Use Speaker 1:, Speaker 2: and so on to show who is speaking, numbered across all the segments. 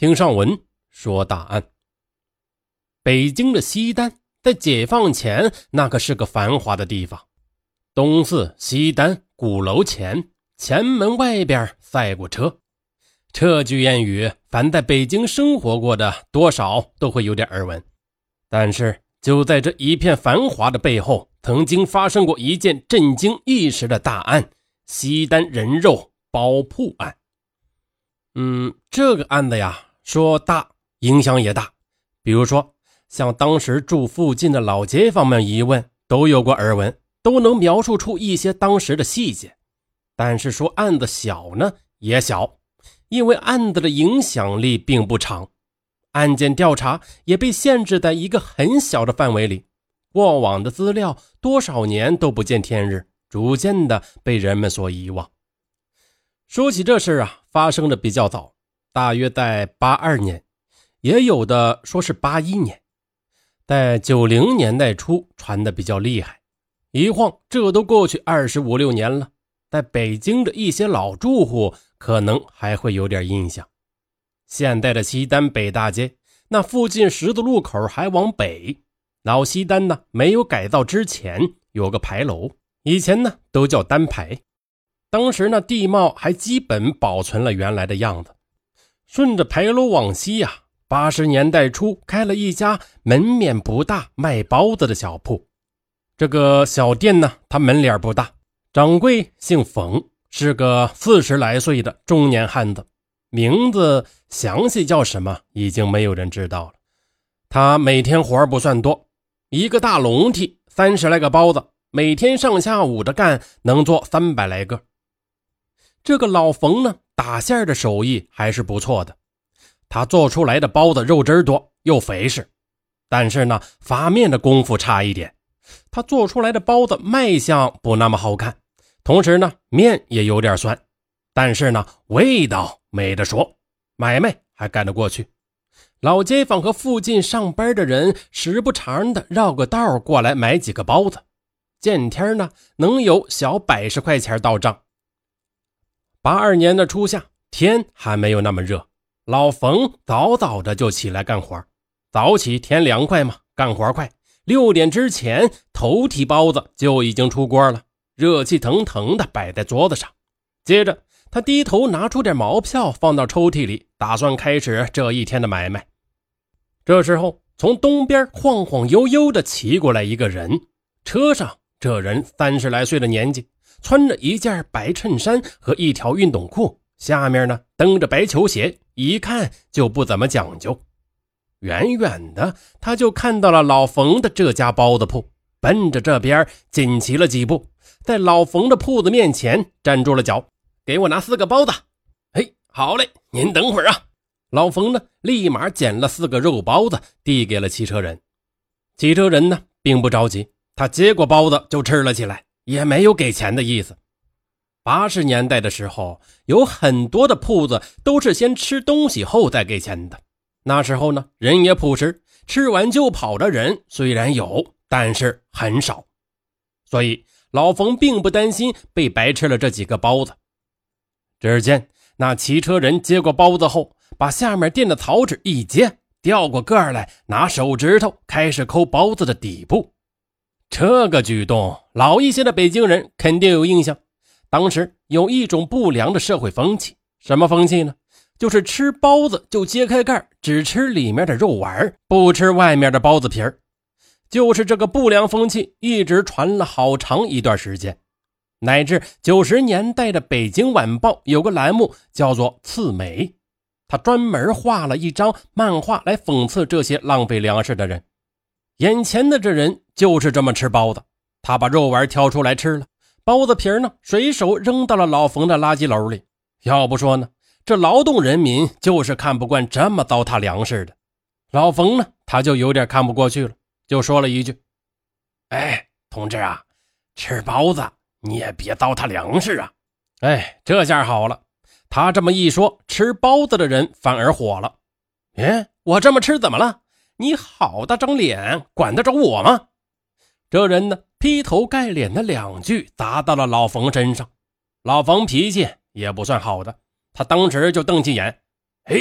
Speaker 1: 听上文说大案。北京的西单在解放前那可是个繁华的地方，东四西单鼓楼前门外边赛过车。这句谚语凡在北京生活过的多少都会有点耳闻。但是就在这一片繁华的背后，曾经发生过一件震惊一时的大案——西单人肉包铺案。这个案子呀，说大影响也大。比如说像当时住附近的老街坊们一问，都有过耳闻，都能描述出一些当时的细节。但是说案子小呢，也小，因为案子的影响力并不长，案件调查也被限制在一个很小的范围里，过往的资料多少年都不见天日，逐渐的被人们所遗忘。说起这事啊，发生的比较早，大约在82年，也有的说是81年，在90年代初传的比较厉害。一晃这都过去25、6年了，在北京的一些老住户可能还会有点印象。现在的西单北大街，那附近十字路口还往北，老西单呢没有改造之前有个牌楼，以前呢都叫单牌。当时呢地貌还基本保存了原来的样子。顺着牌楼往西啊，80年代初开了一家门面不大卖包子的小铺。这个小店呢，它门脸不大，掌柜姓冯，是个40来岁的中年汉子，名字详细叫什么已经没有人知道了。他每天活不算多，一个大笼屉30来个包子，每天上下午的干能做300来个。这个老冯呢，打馅的手艺还是不错的，他做出来的包子肉汁多又肥实，但是呢发面的功夫差一点，他做出来的包子卖相不那么好看，同时呢面也有点酸，但是呢味道没得说，买卖还干得过去。老街坊和附近上班的人时不常的绕个道过来买几个包子，见天呢能有小100块钱到账。82年的初夏，天还没有那么热，老冯早早的就起来干活。早起天凉快嘛，干活快，6点之前头屉包子就已经出锅了，热气腾腾的摆在桌子上。接着他低头拿出点毛票放到抽屉里，打算开始这一天的买卖。这时候从东边晃晃悠悠的骑过来一个人，车上这人30来岁的年纪，穿着一件白衬衫和一条运动裤，下面呢蹬着白球鞋，一看就不怎么讲究。远远的他就看到了老冯的这家包子铺，奔着这边紧骑了几步，在老冯的铺子面前站住了脚。给我拿4个包子。好嘞，您等会儿啊。老冯呢立马捡了4个肉包子递给了汽车人。汽车人呢并不着急，他接过包子就吃了起来，也没有给钱的意思。80年代的时候，有很多的铺子都是先吃东西后再给钱的。那时候呢人也朴实，吃完就跑的人虽然有，但是很少，所以老冯并不担心被白吃了这几个包子。只见那骑车人接过包子后，把下面垫的草纸一揭，调过个来，拿手指头开始抠包子的底部。这个举动老一些的北京人肯定有印象，当时有一种不良的社会风气。什么风气呢？就是吃包子就揭开盖，只吃里面的肉丸，不吃外面的包子皮儿。就是这个不良风气一直传了好长一段时间，乃至90年代的北京晚报有个栏目叫做刺梅，他专门画了一张漫画来讽刺这些浪费粮食的人。眼前的这人就是这么吃包子，他把肉丸挑出来吃了，包子皮呢随手扔到了老冯的垃圾篓里。要不说呢，这劳动人民就是看不惯这么糟蹋粮食的。老冯呢他就有点看不过去了，就说了一句：同志啊，吃包子你也别糟蹋粮食啊。这下好了，他这么一说，吃包子的人反而火了。我这么吃怎么了？你好大张脸，管得着我吗？这人呢劈头盖脸的2句砸到了老冯身上。老冯脾气也不算好的，他当时就瞪起眼：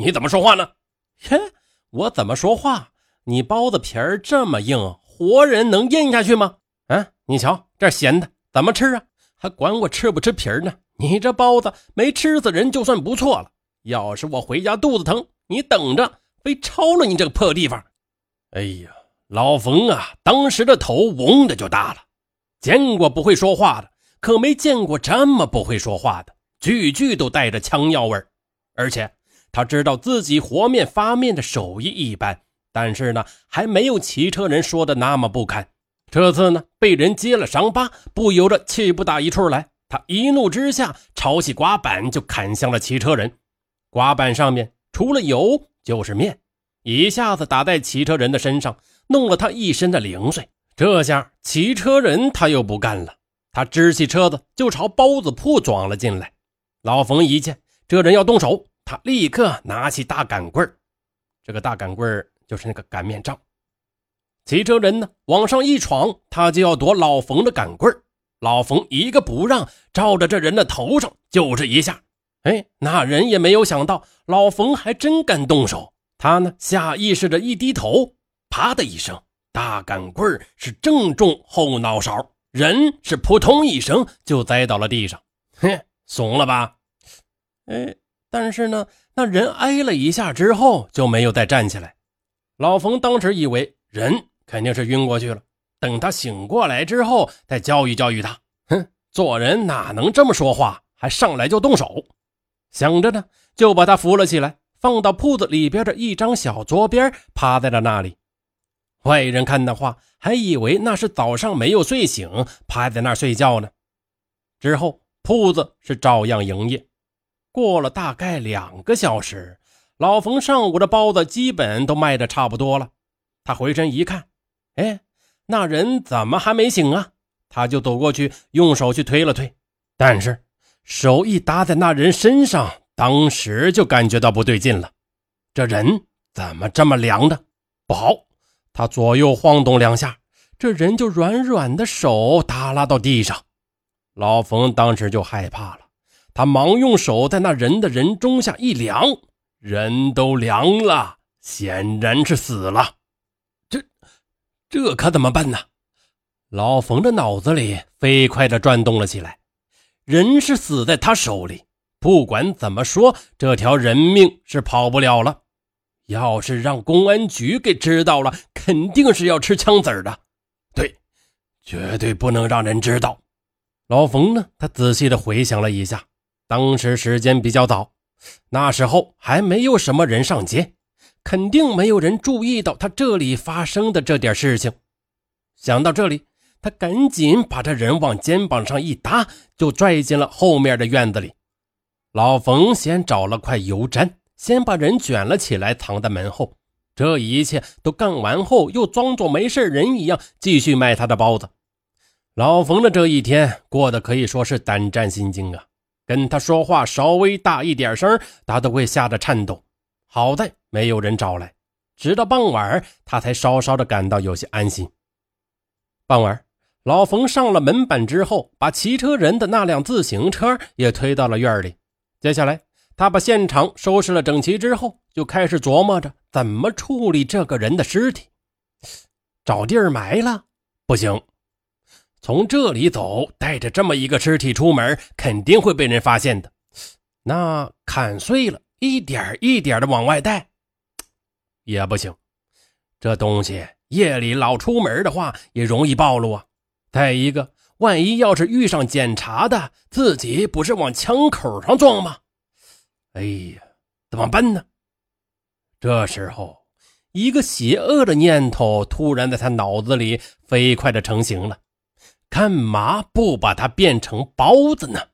Speaker 1: 你怎么说话呢？嘿，我怎么说话？你包子皮儿这么硬，活人能咽下去吗？啊，你瞧这咸的怎么吃啊？还管我吃不吃皮儿呢？你这包子没吃死人就算不错了，要是我回家肚子疼，你等着非抄了你这个破地方。哎呀，老冯啊，当时的头嗡的就大了。见过不会说话的，可没见过这么不会说话的，句句都带着枪药味儿。而且他知道自己和面发面的手艺一般，但是呢，还没有骑车人说的那么不堪。这次呢，被人揭了伤疤，不由得气不打一处来。他一怒之下，抄起刮板就砍向了骑车人。刮板上面除了油就是面，一下子打在骑车人的身上，弄了他一身的零碎。这下骑车人他又不干了，他支起车子就朝包子铺撞了进来。老冯一见这人要动手，他立刻拿起大杆棍，这个大杆棍就是那个擀面杖。骑车人呢往上一闯，他就要夺老冯的杆棍。老冯一个不让，照着这人的头上就是一下。那人也没有想到老冯还真敢动手。他呢下意识的一低头，啪的一声，大杆棍是正中后脑勺，人是扑通一声就栽到了地上。怂了吧？但是呢，那人挨了一下之后就没有再站起来。老冯当时以为人肯定是晕过去了，等他醒过来之后再教育教育他。做人哪能这么说话，还上来就动手。想着呢，就把他扶了起来，放到铺子里边的一张小桌边，趴在了那里。外人看的话还以为那是早上没有睡醒，趴在那儿睡觉呢。之后铺子是照样营业。过了大概2个小时，老冯上午的包子基本都卖得差不多了。他回身一看，那人怎么还没醒啊？他就走过去用手去推了推，但是手一搭在那人身上，当时就感觉到不对劲了。这人怎么这么凉的？不好！他左右晃动2下，这人就软软的手耷拉到地上。老冯当时就害怕了，他忙用手在那人的人中下一量，人都凉了，显然是死了。这可怎么办呢？老冯的脑子里飞快地转动了起来。人是死在他手里，不管怎么说，这条人命是跑不了了。要是让公安局给知道了，肯定是要吃枪子的。对，绝对不能让人知道。老冯呢，他仔细地回想了一下，当时时间比较早，那时候还没有什么人上街，肯定没有人注意到他这里发生的这点事情。想到这里，他赶紧把这人往肩膀上一搭，就拽进了后面的院子里。老冯先找了块油毡，先把人卷了起来，藏在门后。这一切都干完后，又装作没事人一样继续卖他的包子。老冯的这一天过得可以说是胆战心惊啊，跟他说话稍微大一点声，他都会吓得颤抖。好在没有人找来，直到傍晚他才稍稍的感到有些安心。傍晚，老冯上了门板之后，把骑车人的那辆自行车也推到了院里。接下来他把现场收拾了整齐之后，就开始琢磨着怎么处理这个人的尸体。找地儿埋了？不行，从这里走，带着这么一个尸体出门，肯定会被人发现的。那砍碎了，一点一点的往外带，也不行。这东西夜里老出门的话，也容易暴露啊。再一个，万一要是遇上检查的，自己不是往枪口上撞吗？哎呀，怎么办呢？这时候，一个邪恶的念头突然在他脑子里飞快地成型了。干嘛不把它变成包子呢？